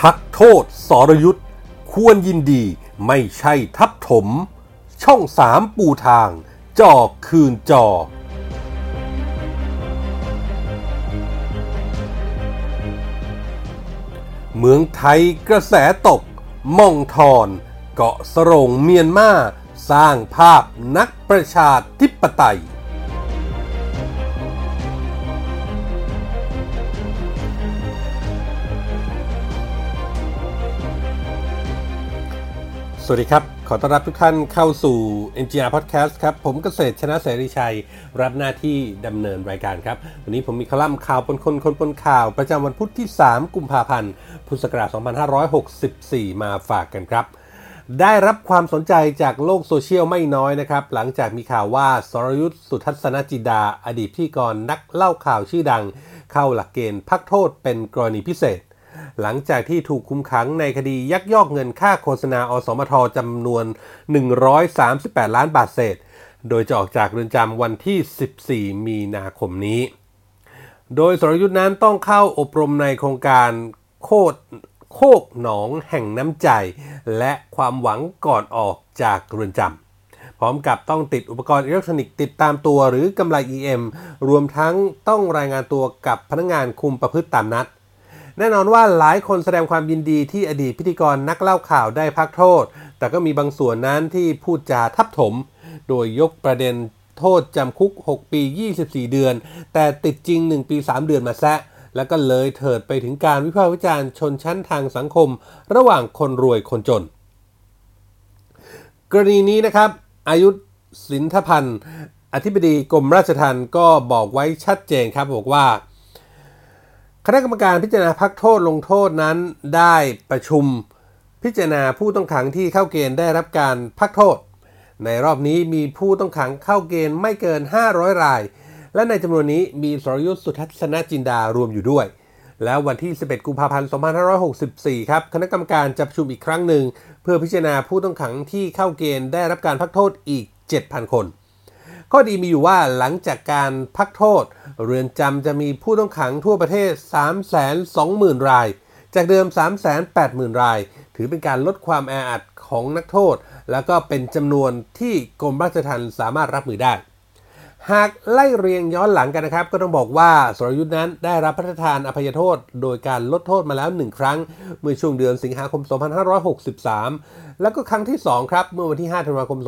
พักโทษสรยุทธควรยินดีไม่ใช่ทับถมช่อง3ปูทางจ่อคืนจอเมืองไทยกระแสตกม่องทอนเกาะสรงเมียนมาสร้างภาพนักประชาธิปไตยสวัสดีครับขอต้อนรับทุกท่านเข้าสู่ NGR Podcast ครับผมเกษตรชนะเสรีชัยรับหน้าที่ดำเนินรายการครับวันนี้ผมมีคอลัมน์ข่าวปนคนคนปนข่าวประจำวันพุธที่3กุมภาพันธ์พุทธศักราช2564มาฝากกันครับได้รับความสนใจจากโลกโซเชียลไม่น้อยนะครับหลังจากมีข่าวว่าสรยุทธ สุทัศนจินดาอดีตพิธีกรนักเล่าข่าวชื่อดังเข้าหลักเกณฑ์พักโทษเป็นกรณีพิเศษหลังจากที่ถูกคุมขังในคดียักยอกเงินค่าโฆษณาอสมทจำนวน138ล้านบาทเศษโดยจะออกจากเรือนจำวันที่14มีนาคมนี้โดยสรยุทธนั้นต้องเข้าอบรมในโครงการโคกหนองแห่งน้ำใจและความหวังก่อนออกจากเรือนจำพร้อมกับต้องติดอุปกรณ์อิเล็กทรอนิกส์ติดตามตัวหรือกำไร EM รวมทั้งต้องรายงานตัวกับพนักงานคุมประพฤติตามนัดแน่นอนว่าหลายคนแสดงความยินดีที่อดีตพิธีกรนักเล่าข่าวได้พักโทษแต่ก็มีบางส่วนนั้นที่พูดจาทับถมโดยยกประเด็นโทษจำคุก6ปี24เดือนแต่ติดจริง1ปี3เดือนมาแซะแล้วก็เลยเถิดไปถึงการวิพากษ์วิจารณ์ชนชั้นทางสังคมระหว่างคนรวยคนจนกรณีนี้นะครับอายุสินทพันธ์อธิบดีกรมราชทัณฑ์ก็บอกไว้ชัดเจนครับบอกว่าคณะกรรมการพิจารณาพักโทษลงโทษนั้นได้ประชุมพิจารณาผู้ต้องขังที่เข้าเกณฑ์ได้รับการพักโทษในรอบนี้มีผู้ต้องขังเข้าเกณฑ์ไม่เกิน500รายและในจำนวนนี้มีสรยุทธ สุทัศนจินดารวมอยู่ด้วยแล้ววันที่11กุมภาพันธ์2564ครับคณะกรรมการจะประชุมอีกครั้งหนึ่งเพื่อพิจารณาผู้ต้องขังที่เข้าเกณฑ์ได้รับการพักโทษอีก 7,000 คนข้อดีมีอยู่ว่าหลังจากการพักโทษเรือนจำจะมีผู้ต้องขังทั่วประเทศ 320,000 รายจากเดิม 380,000 รายถือเป็นการลดความแออัดของนักโทษแล้วก็เป็นจำนวนที่กรมราชทัณฑ์สามารถรับมือได้หากไล่เรียงย้อนหลังกันนะครับก็ต้องบอกว่าสรยุทธนั้นได้รับพระราชทานอภัยโทษโดยการลดโทษมาแล้ว1ครั้งเมื่อช่วงเดือนสิงหาคม2563แล้วก็ครั้งที่2ครับเมื่อวันที่5ธันวาคม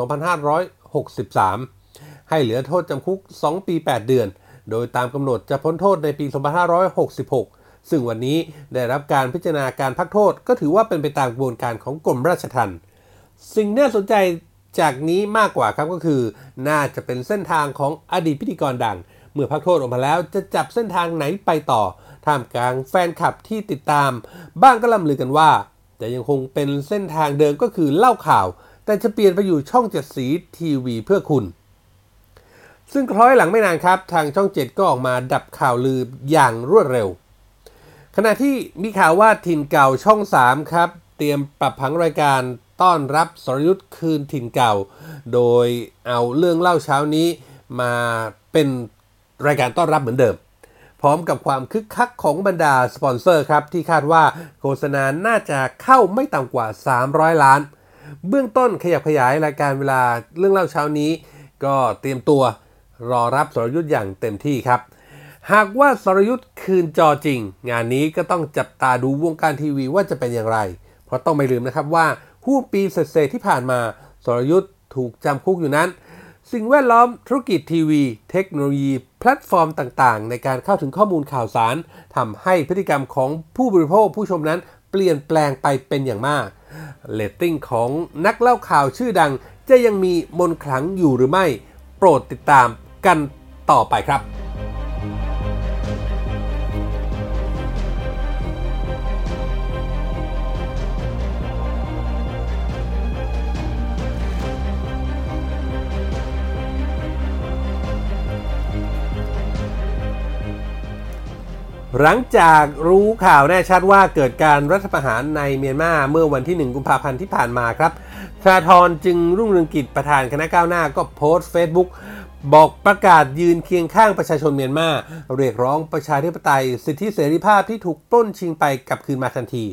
2563ให้เหลือโทษจำคุก2ปี8เดือนโดยตามกำหนดจะพ้นโทษในปี2566ซึ่งวันนี้ได้รับการพิจารณาการพักโทษก็ถือว่าเป็นไปตามกระบวนการของกรมราชทัณฑ์สิ่งน่าสนใจจากนี้มากกว่าครับก็คือน่าจะเป็นเส้นทางของอดีตพิธีกรดังเมื่อพักโทษออกมาแล้วจะจับเส้นทางไหนไปต่อท่ามกลางแฟนคลับที่ติดตามบ้างก็ล่ำลือกันว่าจะยังคงเป็นเส้นทางเดิมก็คือเล่าข่าวแต่จะเปลี่ยนไปอยู่ช่อง7สีทีวีเพื่อคุณซึ่งคล้อยหลังไม่นานครับทางช่อง7ก็ออกมาดับข่าวลืออย่างรวดเร็วขณะที่มีข่าวว่าถิ่นเก่าช่อง3ครับเตรียมปรับผังรายการต้อนรับสรยุทธคืนถิ่นเก่าโดยเอาเรื่องเล่าเช้านี้มาเป็นรายการต้อนรับเหมือนเดิมพร้อมกับความคึกคักของบรรดาสปอนเซอร์ครับที่คาดว่าโฆษณาน่าจะเข้าไม่ต่ำกว่า300ล้านเบื้องต้นขยับขยายรายการเวลาเรื่องเล่าเช้านี้ก็เตรียมตัวรอรับสรยุทธอย่างเต็มที่ครับหากว่าสรยุทธคืนจอจริงงานนี้ก็ต้องจับตาดูวงการทีวีว่าจะเป็นอย่างไรเพราะต้องไม่ลืมนะครับว่าผู้ปีเศษที่ผ่านมาสรยุทธถูกจำคุกอยู่นั้นสิ่งแวดล้อมธุรกิจทีวีเทคโนโลยีแพลตฟอร์มต่างๆในการเข้าถึงข้อมูลข่าวสารทำให้พฤติกรรมของผู้บริโภคผู้ชมนั้นเปลี่ยนแปลงไปเป็นอย่างมากเรตติ้งของนักเล่าข่าวชื่อดังจะยังมีมนต์ขลังอยู่หรือไม่โปรดติดตามกันต่อไปครับหลังจากรู้ข่าวแน่ชัดว่าเกิดการรัฐประหารในเมียนมาเมื่อวันที่1กุมภาพันธ์ที่ผ่านมาครับธนาธรจึงรุ่งเรืองกิจประธานคณะก้าวหน้าก็โพสต์ Facebook บอกประกาศยืนเคียงข้างประชาชนเมียนมาเรียกร้องประชาธิปไตยสิทธิเสรีภาพที่ถูกปล้นชิงไปกลับคืนมาทันที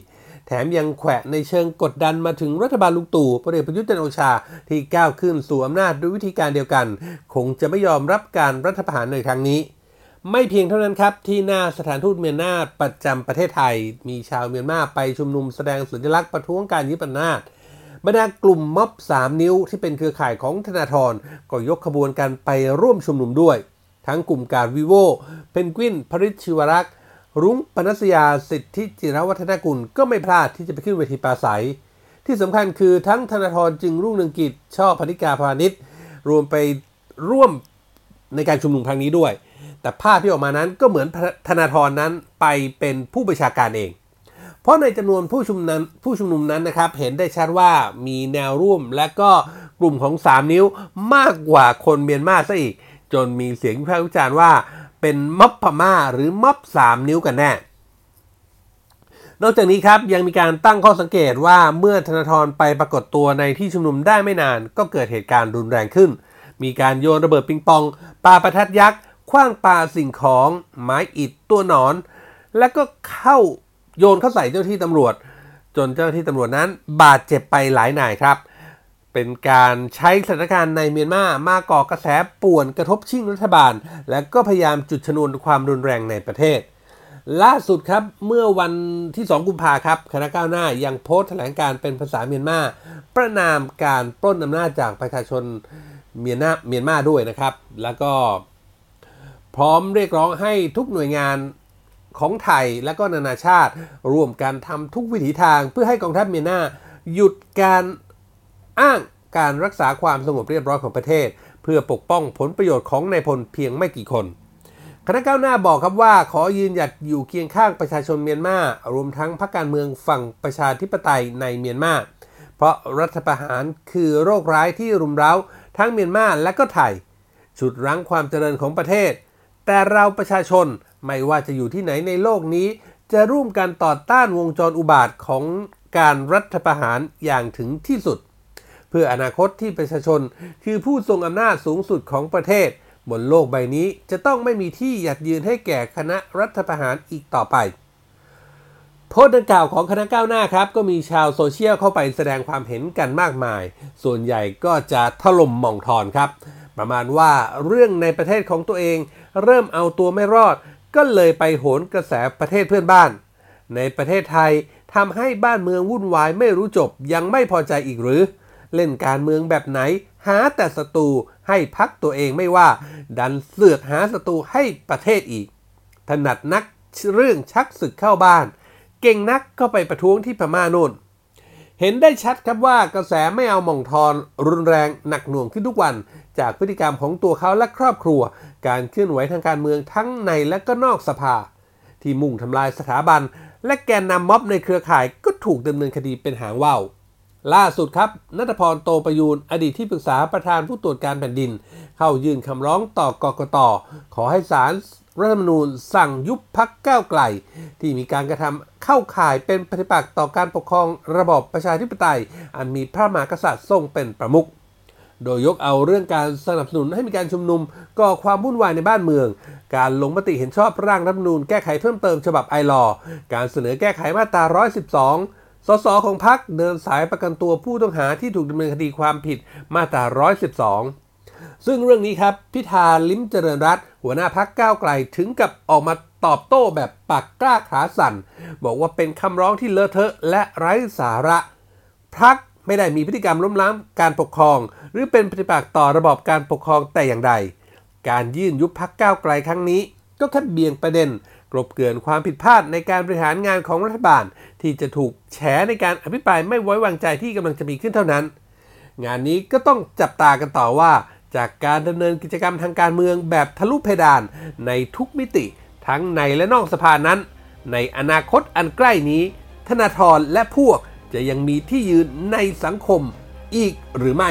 แถมยังแขวะในเชิงกดดันมาถึงรัฐบาลลุงตู่พลเอกประยุทธ์จันทร์โอชาที่ก้าวขึ้นสู่อำนาจด้วยวิธีการเดียวกันคงจะไม่ยอมรับการรัฐประหารในครั้งนี้ไม่เพียงเท่านั้นครับที่หน้าสถานทูตเมียนมาประจำประเทศไทยมีชาวเมียนมาไปชุมนุมแสดงสัญลักษณ์ประท้วงการยึดอำนาจบรรดากลุ่มม็อบ3นิ้วที่เป็นเครือข่ายของธนาธรก็ยกขบวนกันไปร่วมชุมนุมด้วยทั้งกลุ่มการวิโวเพนกวินพริชชิวรักษ์รุ้งปนัสยาสิทธิจิรวัฒนกุลก็ไม่พลาดที่จะไปขึ้นเวทีปราศัยที่สำคัญคือทั้งธนาธรจึงรุ่งเรืองกิจช่อพนิกาพานิชรวมไปร่วมในการชุมนุมครั้งนี้ด้วยแต่ภาพที่ออกมานั้นก็เหมือนธนาธรนั้นไปเป็นผู้บัญชาการเองเพราะในจำนวนผู้ชุมนุมนั้นนะครับเห็นได้ชัดว่ามีแนวร่วมและก็กลุ่มของ3นิ้วมากกว่าคนเมียนมาซะอีกจนมีเสียงวิพากษ์วิจารณ์ว่าเป็นม็อบพม่าหรือม็อบ3นิ้วกันแน่นอกจากนี้ครับยังมีการตั้งข้อสังเกตว่าเมื่อธนาธรไปปรากฏตัวในที่ชุมนุมได้ไม่นานก็เกิดเหตุการณ์รุนแรงขึ้นมีการโยนระเบิดปิงปองปาประทัดยักษ์ขว้างปาสิ่งของไม้อิฐตัวหนอนแล้วก็โยนเข้าใส่เจ้าหน้าที่ตำรวจจนเจ้าหน้าที่ตำรวจนั้นบาดเจ็บไปหลายนายครับเป็นการใช้สถานการณ์ในเมียนมาก่อกระแสป่วนกระทบชิงรัฐบาลและก็พยายามจุดชนวนความรุนแรงในประเทศล่าสุดครับเมื่อวันที่2กุมภาพันธ์ครับคณะก้าวหน้ายังโพสต์แถลงการเป็นภาษาเมียนมาประณามการปล้นอำนาจจากประชาชนเมียนมาด้วยนะครับแล้วก็พร้อมเรียกร้องให้ทุกหน่วยงานของไทยและก็นานาชาติร่วมกันทำทุกวิถีทางเพื่อให้กองทัพเมียนมาหยุดการอ้างการรักษาความสงบเรียบร้อยของประเทศเพื่อปกป้องผลประโยชน์ของนายพลเพียงไม่กี่คนคณะก้าวหน้าบอกครับว่าขอยืนหยัดอยู่เคียงข้างประชาชนเมียนมารวมทั้งพรรคการเมืองฝั่งประชาธิปไตยในเมียนมาเพราะรัฐประหารคือโรคร้ายที่รุมเร้าทั้งเมียนมาและก็ไทยฉุดรั้งความเจริญของประเทศแต่เราประชาชนไม่ว่าจะอยู่ที่ไหนในโลกนี้จะร่วมกันต่อต้านวงจรอุบาทของการรัฐประหารอย่างถึงที่สุดเพื่ออนาคตที่ประชาชนคือผู้ทรงอำนาจสูงสุดของประเทศบนโลกใบนี้จะต้องไม่มีที่หยัดยืนให้แก่คณะรัฐประหารอีกต่อไปโพสต์ดังกล่าวของคณะก้าวหน้าครับก็มีชาวโซเชียลเข้าไปแสดงความเห็นกันมากมายส่วนใหญ่ก็จะถล่มหม่องทอนครับประมาณว่าเรื่องในประเทศของตัวเองเริ่มเอาตัวไม่รอดก็เลยไปโหนกระแสประเทศเพื่อนบ้านในประเทศไทยทำให้บ้านเมืองวุ่นวายไม่รู้จบยังไม่พอใจอีกหรือเล่นการเมืองแบบไหนหาแต่ศัตรูให้พรรคตัวเองไม่ว่าดันเสือกหาศัตรูให้ประเทศอีกถนัดนักเรื่องชักศึกเข้าบ้านเก่งนักก็ไปประท้วงที่พม่าโน่นเห็นได้ชัดครับว่ากระแสไม่เอาหม่องทอนรุนแรงหนักหน่วงขึ้นทุกวันจากพฤติกรรมของตัวเขาและครอบครัวการเคลื่อนไหวทางการเมืองทั้งในและก็นอกสภาที่มุ่งทำลายสถาบันและแกนนำม็อบในเครือข่ายก็ถูกดำเนินคดีเป็นหางว่าวล่าสุดครับณัฐพร โตประยูรอดีตที่ปรึกษาประธานผู้ตรวจการแผ่นดินเข้ายื่นคำร้องต่อกกต.ขอให้ศาลรัฐธรรมนูญสั่งยุบพรรคก้าวไกลที่มีการกระทำเข้าข่ายเป็นปฏิปักษ์ต่อการปกครองระบอบประชาธิปไตยอันมีพระมหากษัตริย์ทรงเป็นประมุขโดยยกเอาเรื่องการสนับสนุนให้มีการชุมนุมก่อความวุ่นวายในบ้านเมืองการลงมติเห็นชอบร่างรัฐธรรมนูญแก้ไขเพิ่มเติมฉบับไอลอว์การเสนอแก้ไขมาตรา112สสของพรรคเดินสายประกันตัวผู้ต้องหาที่ถูกดำเนินคดีความผิดมาตรา112ซึ่งเรื่องนี้ครับพิธาลิ้มเจริญรัตน์หัวหน้าพรรคก้าวไกลถึงกับออกมาตอบโต้แบบปากกล้าขาสั่นบอกว่าเป็นคำร้องที่เลอะเทอะและไร้สาระพรรคไม่ได้มีพฤติกรรมล้มล้างการปกครองหรือเป็นปฏิปักษ์ต่อระบอบการปกครองแต่อย่างใดการยื่นยุบพรรคก้าวไกลครั้งนี้ก็แค่เบี่ยงประเด็นกลบเกลื่อนความผิดพลาดในการบริหารงานของรัฐบาลที่จะถูกแฉในการอภิปรายไม่ไว้วางใจที่กำลังจะมีขึ้นเท่านั้นงานนี้ก็ต้องจับตากันต่อว่าจากการดำเนินกิจกรรมทางการเมืองแบบทะลุเพดานในทุกมิติทั้งในและนอกสภานั้นในอนาคตอันใกล้นี้ธนาธรและพวกจะยังมีที่ยืนในสังคมอีกหรือไม่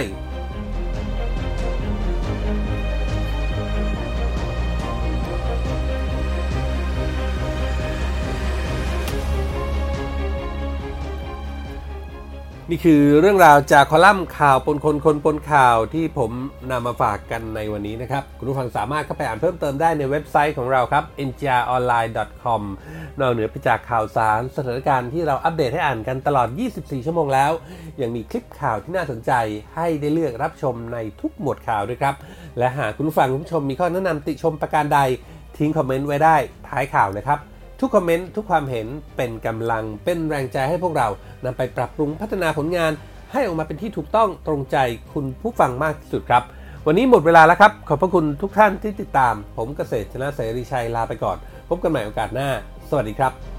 นี่คือเรื่องราวจากคอลัมน์ข่าวปนคนคนปนข่าวที่ผมนำมาฝากกันในวันนี้นะครับคุณผู้ฟังสามารถเข้าไปอ่านเพิ่มเติมได้ในเว็บไซต์ของเราครับ ngronline.com นอกเหนือไปจากข่าวสารสถานการณ์ที่เราอัปเดตให้อ่านกันตลอด24ชั่วโมงแล้วยังมีคลิปข่าวที่น่าสนใจให้ได้เลือกรับชมในทุกหมวดข่าวด้วยครับและหากคุณผู้ฟังคุณผู้ชมมีข้อแนะนำติชมประการใดทิ้งคอมเมนต์ไว้ได้ท้ายข่าวนะครับทุกคอมเมนต์ทุกความเห็นเป็นกำลังเป็นแรงใจให้พวกเรานำไปปรับปรุงพัฒนาผลงานให้ออกมาเป็นที่ถูกต้องตรงใจคุณผู้ฟังมากที่สุดครับวันนี้หมดเวลาแล้วครับขอบพระคุณทุกท่านที่ติดตามผมเกษตรชนะเสรีชัยลาไปก่อนพบกันใหม่โอกาสหน้าสวัสดีครับ